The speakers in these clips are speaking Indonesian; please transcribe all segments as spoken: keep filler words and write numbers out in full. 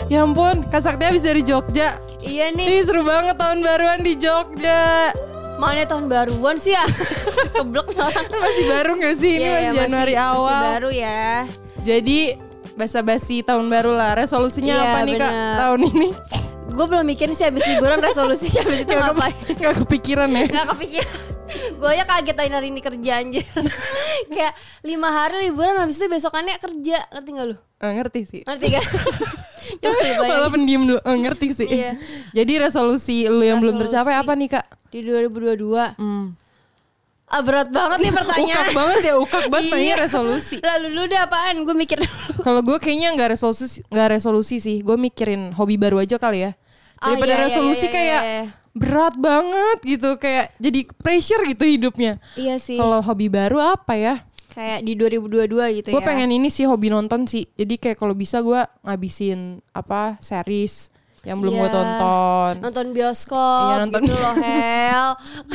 Ya ampun, Kak Sakti habis dari Jogja. Iya nih. Ih seru banget tahun baruan di Jogja. Mana tahun baruan sih ya? Keblok nih orang. Masih baru gak sih? Ini Iya, masih iya, Januari masih, awal. Masih baru ya. Jadi basa-basi tahun baru lah. Resolusinya Iya, apa nih Kak bener. tahun ini? Gue belum mikirin sih abis liburan resolusinya abis itu ngapain. Gak kepikiran ya? Gak kepikiran. Gue ya kaget tadi hari ini kerja anjir. Kayak lima hari liburan habis itu besokannya kerja. Ngerti gak lu? Eh, ngerti sih. Ngerti kan? Coba lu Malah bayangin. pendiam dulu. Eh, ngerti sih. Iya. Jadi resolusi lu yang belum Resolusi. tercapai apa nih Kak? Di dua ribu dua puluh dua Hmm. Ah berat banget nih pertanyaan. Ukak banget ya, ukak banget nanya Iya. resolusi. Lalu lu deh apaan? Gue mikir dulu. Kalau gue kayaknya nggak resolusi, nggak resolusi sih. Gue mikirin hobi baru aja kali ya. Ah, Daripada iya, iya, resolusi iya, iya, kayak iya. berat banget gitu, kayak jadi pressure gitu hidupnya. Iya sih. Kalau hobi baru apa ya? Kayak di dua ribu dua puluh dua gitu Gue ya. pengen ini sih hobi nonton sih. Jadi kayak kalau bisa gue ngabisin apa series yang belum Iya. gue tonton. Nonton bioskop Iya, nonton. gitu loh Hel.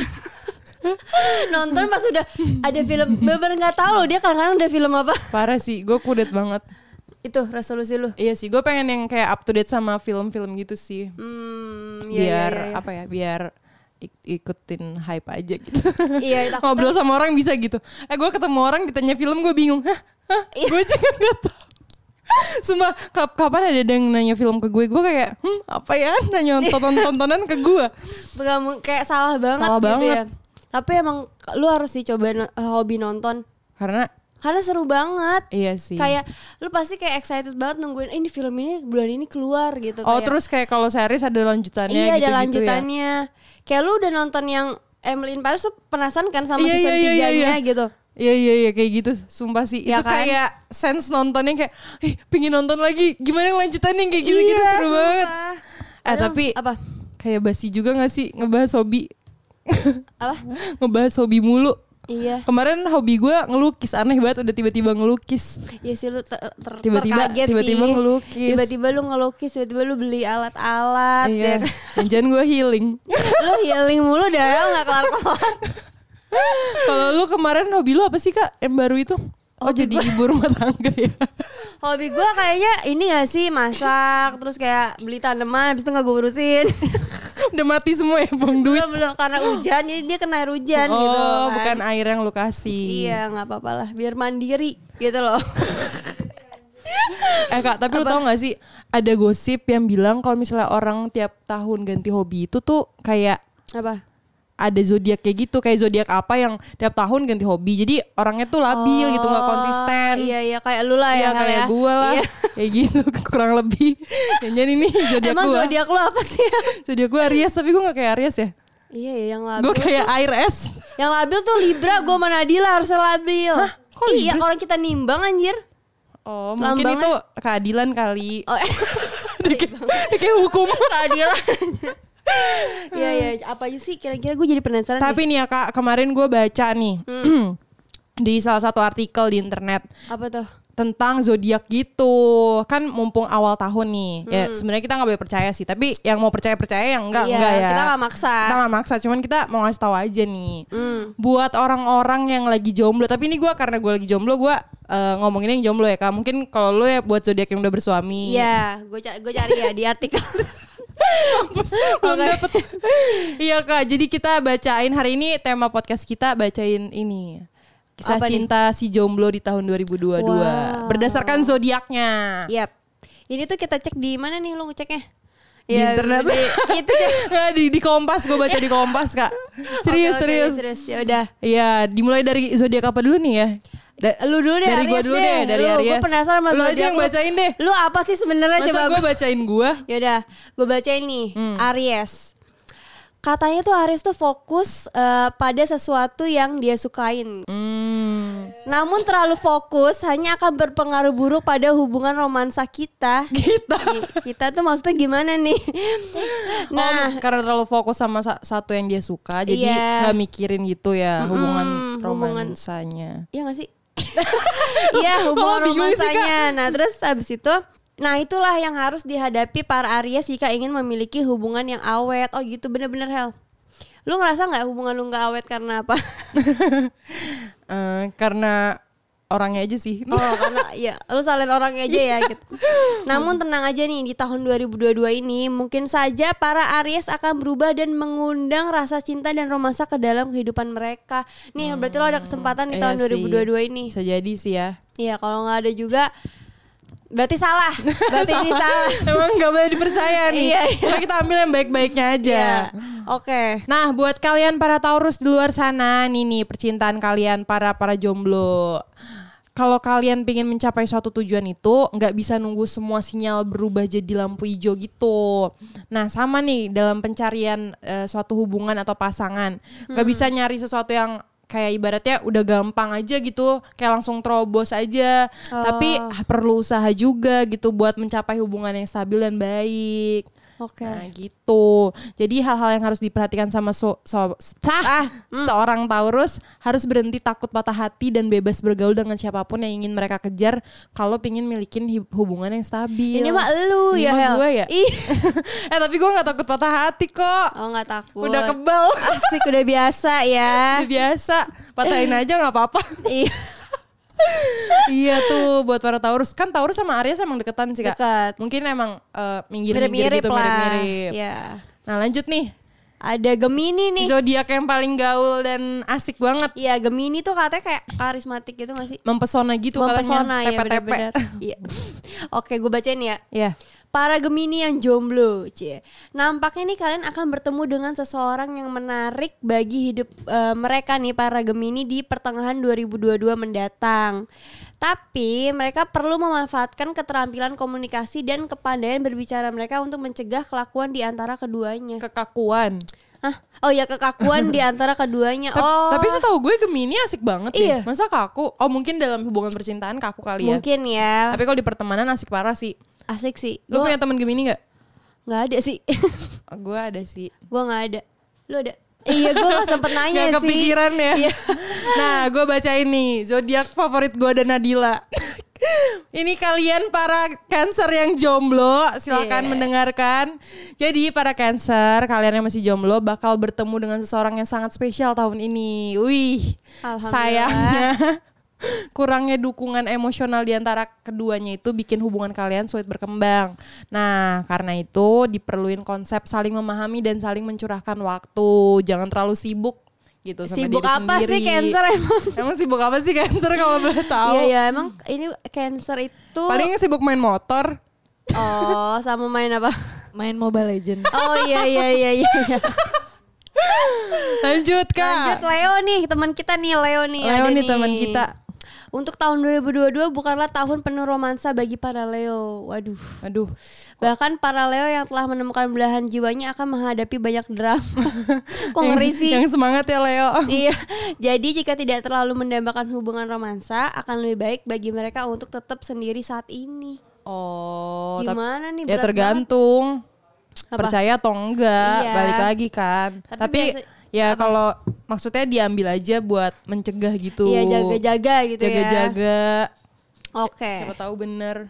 Nonton pas udah ada film bener nggak tahu loh dia kadang-kadang ada film apa. Parah sih, gue kudet banget. Itu resolusi lu. Iya sih, gue pengen yang kayak up to date sama film-film gitu sih. Hmm, Biar iya, iya, iya. apa ya? Biar ik- ikutin hype aja gitu. Iya, takutnya- Ngobrol sama orang bisa gitu. Eh gue ketemu orang ditanya film gue bingung. Hah? Hah? Iya. Gue juga gak tau. Sumpah kap- kapan ada yang nanya film ke gue, gue kayak hmm, apa ya nanya tonton-tontonan ke gue. Nggak mu- kayak salah banget Salah gitu banget. ya. Tapi emang lu harus sih coba no- hobi nonton. Karena Karena seru banget. iya sih. Kayak lu pasti kayak excited banget nungguin eh, ini film ini bulan ini keluar gitu. Oh kayak, terus kayak kalau series ada lanjutannya iya gitu-gitu ada ya. lanjutannya. Kayak lu udah nonton yang Emily in Paris tuh penasaran kan sama Iya, season iya, iya, tiganya iya. gitu. Iya iya iya kayak gitu. Sumpah sih Ya itu kan? kayak sense nontonnya kayak ih pingin nonton lagi. Gimana yang lanjutannya kayak gitu-gitu Iya, seru banget. sumpah. Eh Padahal- tapi apa? kayak basi juga gak sih ngebahas hobi? Apa? Ngebahas hobi mulu. Iya. Kemarin hobi gue ngelukis, aneh banget udah tiba-tiba ngelukis. Iya sih lu ter, ter, Tiba-tiba- terkaget tiba-tiba sih. ngelukis. Tiba-tiba lu ngelukis, tiba-tiba lu beli alat-alat ya. Iya. Jangan gue healing. Lu healing mulu dah enggak kelar-kelar. Kalau lu kemarin hobi lu apa sih Kak? Yang baru itu? Oh Hobi jadi ibu rumah tangga ya. Hobi gue kayaknya ini gak sih masak, terus kayak beli tanaman, habis itu gak gue urusin. Udah mati semua ya buang duit. Belum belum karena hujan, jadi dia kena air hujan Oh gitu. kan. bukan air yang lu kasih. Iya nggak apa-apa lah, biar mandiri gitu loh. Eh Kak, tapi lu Apa? tau gak sih ada gosip yang bilang kalau misalnya orang tiap tahun ganti hobi itu tuh kayak Apa? ada zodiak kayak gitu, kayak zodiak apa yang tiap tahun ganti hobi. Jadi orangnya tuh labil gitu, nggak konsisten. Iya iya kayak lu lah Iya ya. Hel, kayak ya. gue lah, Iya. kayak gitu kurang lebih. Jadi ini zodiak Emang gue. zodiak lu apa sih? Zodiak gue Aries, tapi gue nggak kayak Aries ya. Iya ya yang labil. Gue kayak air es. Yang labil tuh Libra, gue sama Nadila harusnya labil. Hah? Kok Iya Libra? orang kita nimbang anjir. Oh mungkin Lambangnya- itu keadilan kali. Oh, Dia kayak, dia kayak hukum. keadilan. Iya ya, apa aja sih kira-kira gue jadi penasaran. Tapi nih ya Kak, kemarin gue baca nih di salah satu artikel di internet deh. Apa tuh? tentang zodiak gitu. Kan mumpung awal tahun nih. Ya sebenarnya kita nggak boleh percaya sih, tapi yang mau percaya-percaya yang enggak Iya, enggak ya. kita nggak maksa. Kita nggak maksa, cuman kita mau ngasih tahu aja nih. Hmm. Buat orang-orang yang lagi jomblo, tapi ini gue karena gue lagi jomblo, gue uh, ngomonginnya yang jomblo ya Kak. Mungkin kalau lu ya buat zodiak yang udah bersuami. Iya, gue ca- gue cari ya di artikel. Belum Oke. dapet. Iya Kak, jadi kita bacain hari ini tema podcast kita bacain ini. Kisah Apa nih? cinta si jomblo di tahun dua ribu dua puluh dua Wow. berdasarkan zodiaknya. Yap. Ini tuh kita cek di mana nih lu ngeceknya? Di internet. di- itu cek. di, di Kompas, gue baca di Kompas Kak. Serius, Oke, oke, serius. serius. Ya udah. Iya, dimulai dari zodiak apa dulu nih ya? Da- Lu dulu deh, dari gue Aries dulu deh, dari Lu, Aries. Gue penasaran sama Lu aja zodiak yang lu. bacain deh. Lu apa sih sebenarnya Masa coba gue bacain gue? Yaudah, gue bacain nih. Hmm. Aries. Katanya tuh Aries tuh fokus eh, pada sesuatu yang dia sukain. Hmm. Namun terlalu fokus hanya akan berpengaruh buruk pada hubungan romansa kita. Kita. Ki- Kita tuh maksudnya gimana nih? Nah, Nah, karena terlalu fokus sama sa- satu yang dia suka, jadi Iya. nggak mikirin gitu ya hubungan Mm-mm, hubungan- romansanya. iya gak sih? Iya hubungan Oh, bingung sih, romansanya. Nah terus habis itu, nah itulah yang harus dihadapi para Aries jika ingin memiliki hubungan yang awet. Oh gitu, bener-bener Hel. Lu ngerasa nggak hubungan lu nggak awet karena apa? Eh, karena orangnya aja sih. Oh karena ya lu salin orangnya aja ya gitu. Namun tenang aja nih, di tahun dua ribu dua puluh dua ini mungkin saja para Aries akan berubah dan mengundang rasa cinta dan romansa ke dalam kehidupan mereka. Nih hmm, berarti lo ada kesempatan di iya tahun sih. dua ribu dua puluh dua ini. Bisa jadi sih ya. Iya, kalau nggak ada juga berarti salah. Berarti ini salah. Emang gak boleh dipercaya nih. Iya, iya. Cuma kita ambil yang baik-baiknya aja. Iya. Oke. Okay. Nah, buat kalian para Taurus di luar sana, nih nih percintaan kalian para para jomblo. Kalau kalian pengen mencapai suatu tujuan itu, nggak bisa nunggu semua sinyal berubah jadi lampu hijau gitu. Nah, sama nih dalam pencarian uh, suatu hubungan atau pasangan, nggak hmm. bisa nyari sesuatu yang kayak ibaratnya udah gampang aja gitu, kayak langsung terobos aja. Oh. Tapi ah, perlu usaha juga gitu buat mencapai hubungan yang stabil dan baik. Oke. Okay. Nah gitu. Jadi hal-hal yang harus diperhatikan sama so, so, ah, hmm. seorang Taurus harus berhenti takut patah hati dan bebas bergaul dengan siapapun yang ingin mereka kejar kalau pengen milikin hubungan yang stabil. Ini mah elu Ini ya, mah gue ya. eh tapi gue nggak takut patah hati kok. Oh nggak takut. Udah kebal. Asik, udah biasa ya. Udah biasa. Patahin aja nggak apa-apa. Iya. Iya tuh buat para Taurus. Kan Taurus sama Aries emang deketan sih Kak. Dekat. Mungkin emang uh, minggir-minggir mirip-mirip gitu, lah. mirip-mirip. Ya. Nah lanjut nih. Ada Gemini nih. Zodiak yang paling gaul dan asik banget. Iya, Gemini tuh katanya kayak karismatik gitu gak sih? Mempesona gitu Mempesona, katanya. ya benar-benar. Iya. Oke, gue bacain ya. Iya. Para Gemini yang jomblo, cie. Nampaknya nih kalian akan bertemu dengan seseorang yang menarik bagi hidup uh, mereka nih para Gemini di pertengahan dua ribu dua puluh dua mendatang. Tapi mereka perlu memanfaatkan keterampilan komunikasi dan kepandaian berbicara mereka untuk mencegah kelakuan di antara keduanya. Kekakuan. Hah? Oh ya, kekakuan di antara keduanya. Oh. Tapi setahu gue Gemini asik banget iya. ya. Masa kaku? Oh mungkin dalam hubungan percintaan kaku kali ya. Mungkin ya. Tapi kalau di pertemanan asik parah sih. Asik sih. Lu Gua... punya teman Gemini gak? Gak ada sih. Oh, gue ada sih. Gue gak ada. Lu ada? Iya, gue gak sempet nanya gak sih. Gak kepikiran ya. Iya. Nah gue bacain nih zodiak favorit gue dan Nadila. Ini kalian para Cancer yang jomblo, silakan yeah. mendengarkan. Jadi para Cancer, kalian yang masih jomblo bakal bertemu dengan seseorang yang sangat spesial tahun ini. Wih, sayangnya kurangnya dukungan emosional di antara keduanya itu bikin hubungan kalian sulit berkembang. Nah, karena itu diperluin konsep saling memahami dan saling mencurahkan waktu. Jangan terlalu sibuk gitu sama sibuk diri apa sendiri. sih Cancer emang? Emang sibuk apa sih Cancer kalau boleh tahu? Iya ya, emang ini Cancer itu paling sibuk main motor. Oh, sama main apa? Main Mobile Legend. Oh iya iya iya iya. Lanjut Kak. Lanjut Leo nih, teman kita nih Leo nih. Leo nih nih teman kita. Untuk tahun dua ribu dua puluh dua bukanlah tahun penuh romansa bagi para Leo. Waduh. Aduh. Bahkan para Leo yang telah menemukan belahan jiwanya akan menghadapi banyak drama. Kok ngeri sih? Yang semangat ya Leo. Iya. Jadi jika tidak terlalu mendambakan hubungan romansa, akan lebih baik bagi mereka untuk tetap sendiri saat ini. Oh. Gimana nih? Ya Berat tergantung. Apa? Percaya atau enggak, Iya. balik lagi kan. Tapi, Tapi biasa, ya kalau maksudnya diambil aja buat mencegah gitu. Iya, jaga-jaga gitu jaga-jaga. ya. Jaga-jaga. Oke. Siapa tahu bener.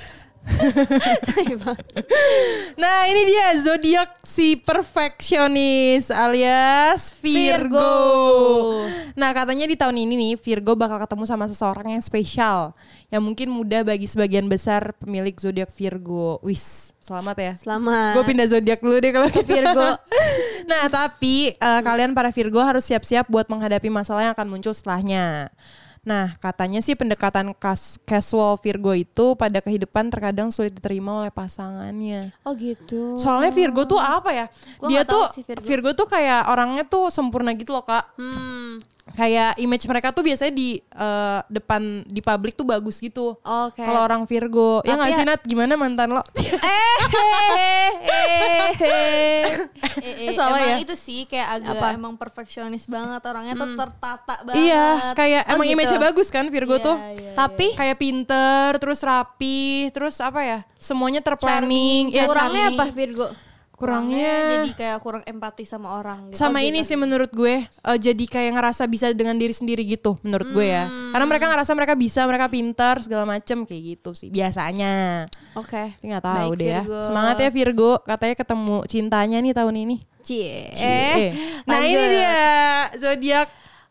Nah ini dia zodiak si perfeksionis alias Virgo. Virgo. Nah katanya di tahun ini nih Virgo bakal ketemu sama seseorang yang spesial, yang mungkin mudah bagi sebagian besar pemilik zodiak Virgo. Wis, selamat ya. Selamat. Gue pindah zodiak dulu deh kalau gitu. Virgo. Nah tapi uh, kalian para Virgo harus siap-siap buat menghadapi masalah yang akan muncul setelahnya. Nah katanya sih pendekatan kas- casual Virgo itu pada kehidupan terkadang sulit diterima oleh pasangannya. Oh gitu. Soalnya Virgo tuh apa ya? Gua Dia nggak tahu tuh sih Virgo. Virgo tuh kayak orangnya tuh sempurna gitu loh Kak. Hmm. Kayak image mereka tuh biasanya di uh, depan di publik tuh bagus gitu. Oke. Kalau orang Virgo, ya nggak Tapi sih ya- Nat? Gimana mantan lo? Eh, eh, eh, eh. Eh, eh, Salah emang ya? itu sih kayak agak Apa? emang perfeksionis banget, orangnya tuh tertata banget. Iya, kayak Oh, emang gitu. image-nya bagus kan Virgo Iya, tuh. iya, Tapi Kayak pinter, terus rapi, terus apa ya? Semuanya terplanning. Ya, kurangnya charming. apa Virgo? Kurangnya jadi kayak kurang empati sama orang gitu. sama Oh, ini gitu. sih menurut gue uh, jadi kayak ngerasa bisa dengan diri sendiri gitu menurut gue ya. Hmm. Karena mereka ngerasa mereka bisa, mereka pintar segala macem kayak gitu sih biasanya. Oke. Tapi nggak tahu Baik, deh ya. Virgo. Semangat ya Virgo, katanya ketemu cintanya nih tahun ini. Cie. Cie. Nah lanjut. ini dia zodiak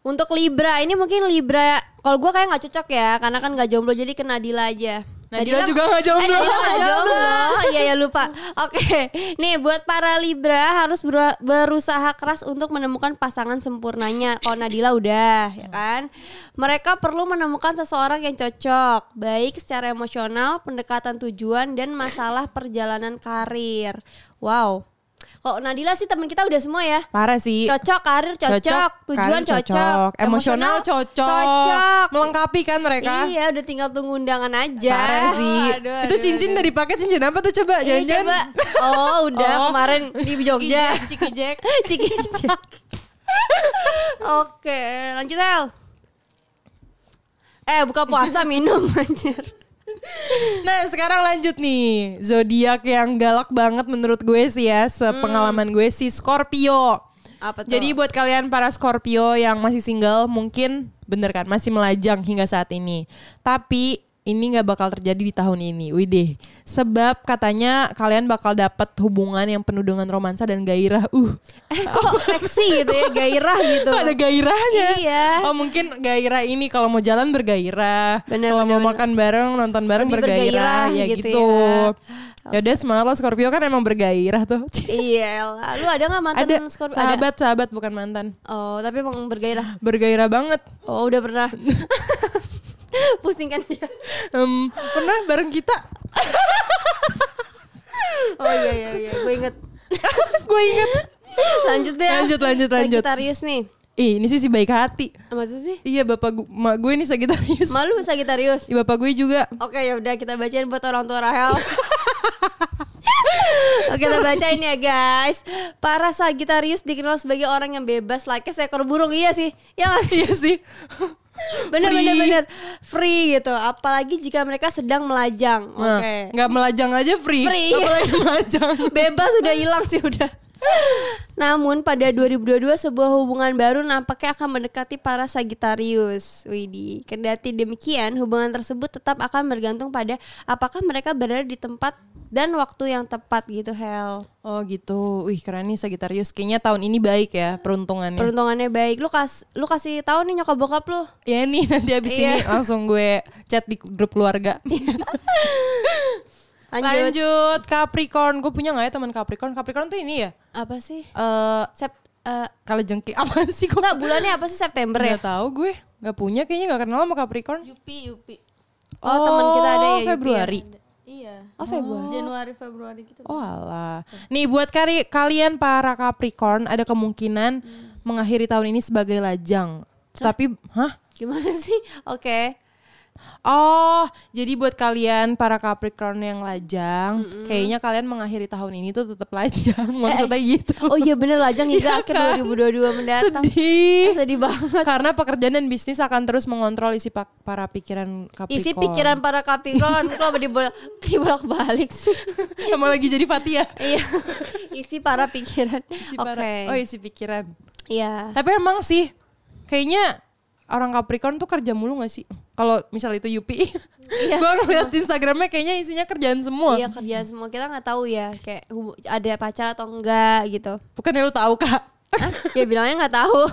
Untuk Libra ini mungkin Libra, kalau gue kayak nggak cocok ya, karena kan nggak jomblo jadi ke Nadila aja. Nadila juga nggak jomblo. Eh, Nadila nggak jomblo. Iya ya lupa. Oke, nih buat para Libra harus ber- berusaha keras untuk menemukan pasangan sempurnanya. Kalau Nadila udah, ya kan. Mereka perlu menemukan seseorang yang cocok, baik secara emosional, pendekatan tujuan, dan masalah perjalanan karir. Wow. Kalau Nadila sih teman kita udah semua ya. Parah sih. Cocok, karir cocok, Cocok, tujuan karir cocok, cocok, emosional cocok. cocok. Melengkapi kan mereka. Iya, udah tinggal tunggu undangan aja. Parah sih. Aduh, Itu aduh, cincin aduh. dari paket cincin apa tuh coba? Iya, Jangan-jangan. coba. Oh, udah Oh. kemarin di Jogja. Cikijek. Cikijek. Oke, lanjut El. Eh, buka puasa minum anjir. Nah sekarang lanjut nih. Zodiak yang galak banget menurut gue sih ya, sepengalaman gue sih Scorpio. Apa tuh? Jadi buat kalian para Scorpio yang masih single, mungkin bener kan masih melajang hingga saat ini. Tapi ini nggak bakal terjadi di tahun ini, widih. Sebab katanya kalian bakal dapat hubungan yang penuh dengan romansa dan gairah. Uh, eh kok seksi gitu ya, gairah gitu. kok ada gairahnya? Iya. Oh mungkin gairah ini kalau mau jalan bergairah, Bener, kalau bener, mau bener. makan bareng, nonton bareng Lebih bergairah, bergairah ya gitu gitu. ya. Yaudah semangat lo Scorpio kan emang bergairah tuh. Iya lah. Lu ada gak mantan Ada Scorpio? sahabat sahabat bukan mantan. Oh, tapi emang bergairah. Bergairah banget. Oh, udah pernah. Pusing kan dia. Em, pernah bareng kita. Oh iya iya iya, gue inget. Gue inget. Lanjut deh. Lanjut, lanjut, lanjut. Sagittarius nih. Ih, ini sih si baik hati. Maksud sih? Iya, bapak gue, mak gue ini Sagittarius. Malu Sagittarius. Iya, bapak gue juga. Oke ya udah kita bacain buat orang tua Rahel. Oke kita bacain ya guys. Para Sagittarius dikenal sebagai orang yang bebas layaknya seekor burung. Iya sih. Ya gak sih? Iya sih. Bener Free. bener bener free gitu. Apalagi jika mereka sedang melajang. Oke. Nah, nggak melajang aja free. Free. Apalagi melajang. Bebas udah hilang sih udah. Namun pada dua ribu dua puluh dua sebuah hubungan baru nampaknya akan mendekati para Sagittarius. Widih. Kendati demikian hubungan tersebut tetap akan bergantung pada apakah mereka berada di tempat dan waktu yang tepat gitu Hel. Oh gitu. Wih keren nih Sagittarius. Kayaknya tahun ini baik ya peruntungannya. Peruntungannya baik. Lu kas lu kasih tahu nih nyokap bokap lu. Ya nih nanti abis Iya. ini langsung gue chat di grup keluarga. Lanjut. Lanjut Capricorn. Gue punya gak ya teman Capricorn? Capricorn tuh ini ya? Apa sih? Eh Sep eh kalajengki apa sih kok? enggak bulannya apa sih September ya? Gak tahu gue. Gak punya kayaknya, gak kenal sama Capricorn. Yupi, Yupi. Oh, teman kita ada ya, Yupi ya? Februari. Iya. Oh Februari. Januari, Februari gitu. Oh alah. Nih buat kari, kalian para Capricorn ada kemungkinan Hmm. mengakhiri tahun ini sebagai lajang. Tapi, hah? Gimana sih? Oke. Oh, jadi buat kalian para Capricorn yang lajang, kayaknya kalian mengakhiri tahun ini tuh tetap lajang. Maksudnya gitu. Oh iya bener lajang hingga Iya akhir kan? dua ribu dua puluh dua mendatang. Sedih. Eh, sedih banget. Karena pekerjaan dan bisnis akan terus mengontrol isi pak- para pikiran Capricorn. Isi pikiran para Capricorn. Kenapa dibolak dibolak balik sih? Sama lagi jadi Fatia. Iya. Isi para pikiran. Isi Oke. para- Oh isi pikiran. Iya. Tapi emang sih, kayaknya orang Capricorn tuh kerja mulu gak sih? Kalau misal itu Yupi, Iya. gue ngeliat Instagramnya kayaknya isinya kerjaan semua. Iya kerjaan semua kita nggak tahu ya kayak hubu- ada pacar atau enggak gitu. Bukan ya lu tahu kak? Hah? Ya bilangnya nggak tahu.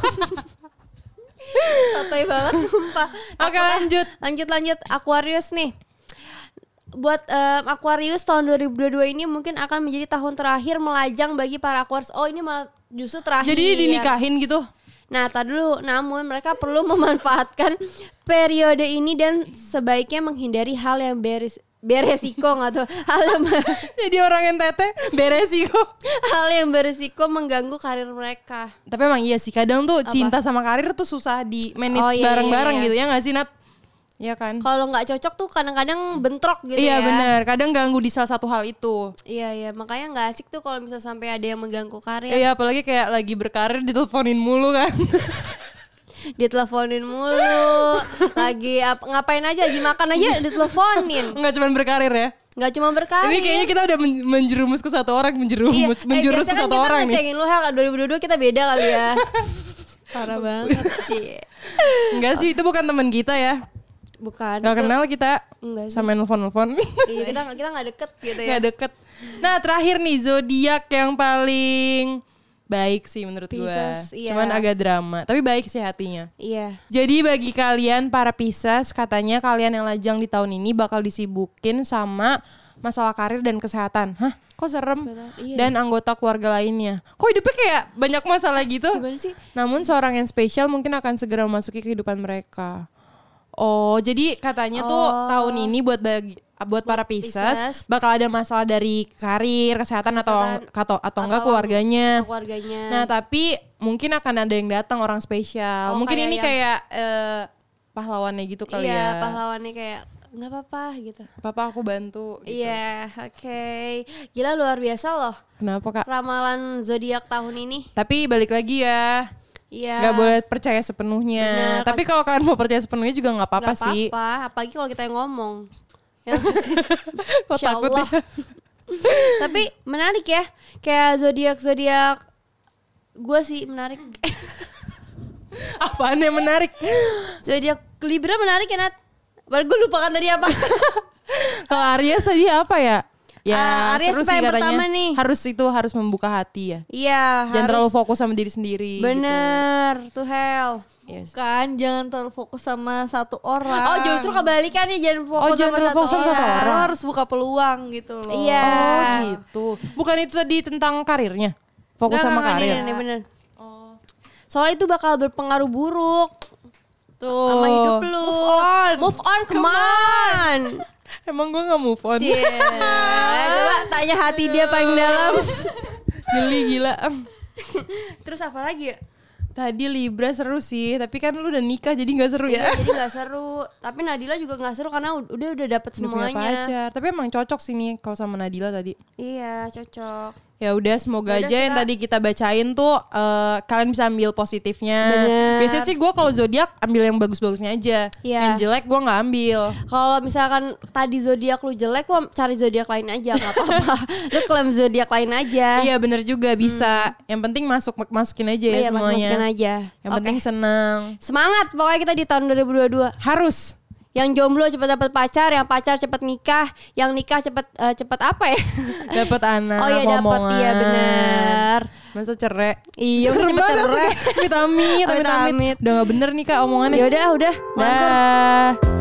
Santai banget sumpah. Oke Takutnya- lanjut. Lanjut lanjut Aquarius nih. Buat em, Aquarius tahun dua ribu dua puluh dua ini mungkin akan menjadi tahun terakhir melajang bagi para Aquarius. Oh ini malah justru terakhir. Jadi dinikahin gitu? Nah, tar dulu. Namun mereka perlu memanfaatkan periode ini dan sebaiknya menghindari hal yang beres beresiko nggak tuh hal yang Jadi orang yang tete beresiko. hal yang beresiko mengganggu karir mereka. Tapi emang iya sih kadang tuh cinta sama karir tuh susah di manage Oh, iya, bareng-bareng iya, iya. gitu ya nggak sih Nat? Iya kan? Kalau nggak cocok tuh kadang-kadang bentrok gitu Iya ya. benar. Kadang ganggu di salah satu hal itu. Iya iya, makanya nggak asik tuh kalau bisa sampai ada yang mengganggu karir. Iya apalagi kayak lagi berkarir diteleponin mulu kan. Diteleponin mulu, lagi ap- ngapain aja, lagi makan aja diteleponin. Nggak cuma berkarir ya. Nggak cuma berkarir. Ini kayaknya kita udah men- menjerumus ke satu orang, menjerumus, Iya, menjurus eh, ke biasanya satu kan orang kita nih. ngecengin lu Hel, dua ribu dua puluh dua kita beda kali ya. Parah banget sih. Enggak sih, itu bukan teman kita ya. Bukan. Gak itu- kenal kita Enggak sih. sama nelfon-nelfon. Iya, kita kita nggak deket gitu ya. Gak deket. Nah terakhir nih zodiak yang paling baik sih menurut gue. Pisces, iya. Cuman agak drama, tapi baik sih hatinya. Iya. Jadi bagi kalian para Pisces, katanya kalian yang lajang di tahun ini bakal disibukin sama masalah karir dan kesehatan. Hah? Kok serem? Iya. Dan anggota keluarga lainnya. Kok hidupnya kayak banyak masalah gitu? Gimana sih? Namun seorang yang spesial mungkin akan segera memasuki kehidupan mereka. Oh, jadi katanya tuh Oh. tahun ini buat bagi buat para Pisces, Pisces. bakal ada masalah dari karir, kesehatan, atau Kesehatan. atau atau enggak Atau keluarganya. keluarganya. Nah, tapi mungkin akan ada yang datang orang spesial. Oh, mungkin kayak ini yang- kayak eh, pahlawannya gitu kali iya, ya. pahlawannya kayak nggak apa-apa gitu. Papa aku bantu gitu. Iya, oke. Gila luar biasa loh Kenapa, Kak? ramalan zodiak tahun ini. Tapi balik lagi ya. Iya. Nggak boleh percaya sepenuhnya. Bener, Tapi kalau kalian mau percaya sepenuhnya juga nggak apa-apa Nggak sih. apa-apa, apalagi kalau kita yang ngomong. Ya nggak sih? Kok Insya takut Allah. ya? Tapi menarik ya, kayak zodiak zodiak gue sih menarik. Apaan yang menarik? Zodiak Libra menarik ya Nat. Baru gue lupa kan tadi apa. Kalau Aries tadi apa ya? Ya Ah, Aries seru tuh sih yang katanya. pertama nih. Harus itu harus membuka hati ya. Iya. Jangan harus- terlalu fokus sama diri sendiri. Bener, tuh hell. Gitu. Yes. Kan jangan terlalu fokus sama satu orang. Oh justru kebalikannya, jangan fokus Oh, jangan sama terlalu satu fokus sama satu orang. orang. Lo harus buka peluang gitu loh. Iya. Oh gitu. Bukan itu tadi tentang karirnya. Fokus Nggak, sama nggak, karir. Ini, ini, bener. Soalnya itu bakal berpengaruh buruk Tuh. sama hidup lu. Move on. Move on, come on. Emang gue gak move on. Cie. Coba tanya hati dia paling dalam. Geli gila. Terus apa lagi ya? Tadi Libra seru sih, tapi kan lu udah nikah jadi gak seru Iya, ya. jadi gak seru. Tapi Nadila juga gak seru karena udah udah dapet Udah punya semuanya. pacar. Tapi emang cocok sih nih kalau sama Nadila tadi. Iya, cocok. Ya udah semoga Yaudah, aja yang kita- tadi kita bacain tuh eh, kalian bisa ambil positifnya. Bener. Biasanya sih gue kalau zodiak ambil yang bagus-bagusnya aja. Iya. Yang jelek gue nggak ambil. Kalau misalkan tadi zodiak lu jelek, lu cari zodiak lain aja, nggak apa-apa. Lu klaim zodiak lain aja. Iya bener juga bisa. Yang penting masuk masukin aja ya Iya, semuanya. masukin aja. Yang Oke. penting senang. Semangat pokoknya kita di tahun dua ribu dua puluh dua. Harus. Yang jomblo cepet dapet pacar, yang pacar cepet nikah, yang nikah cepet eh, cepet apa ya? Dapat anak. Oh iya dapet, omongan. iya bener. Masa cerai. Iya Serem cepet banget cerai. sih. Amit amit, Amit, amit amit. amit. Udah gak bener nih Kak omongannya. Ya udah udah. Mantul. Dah.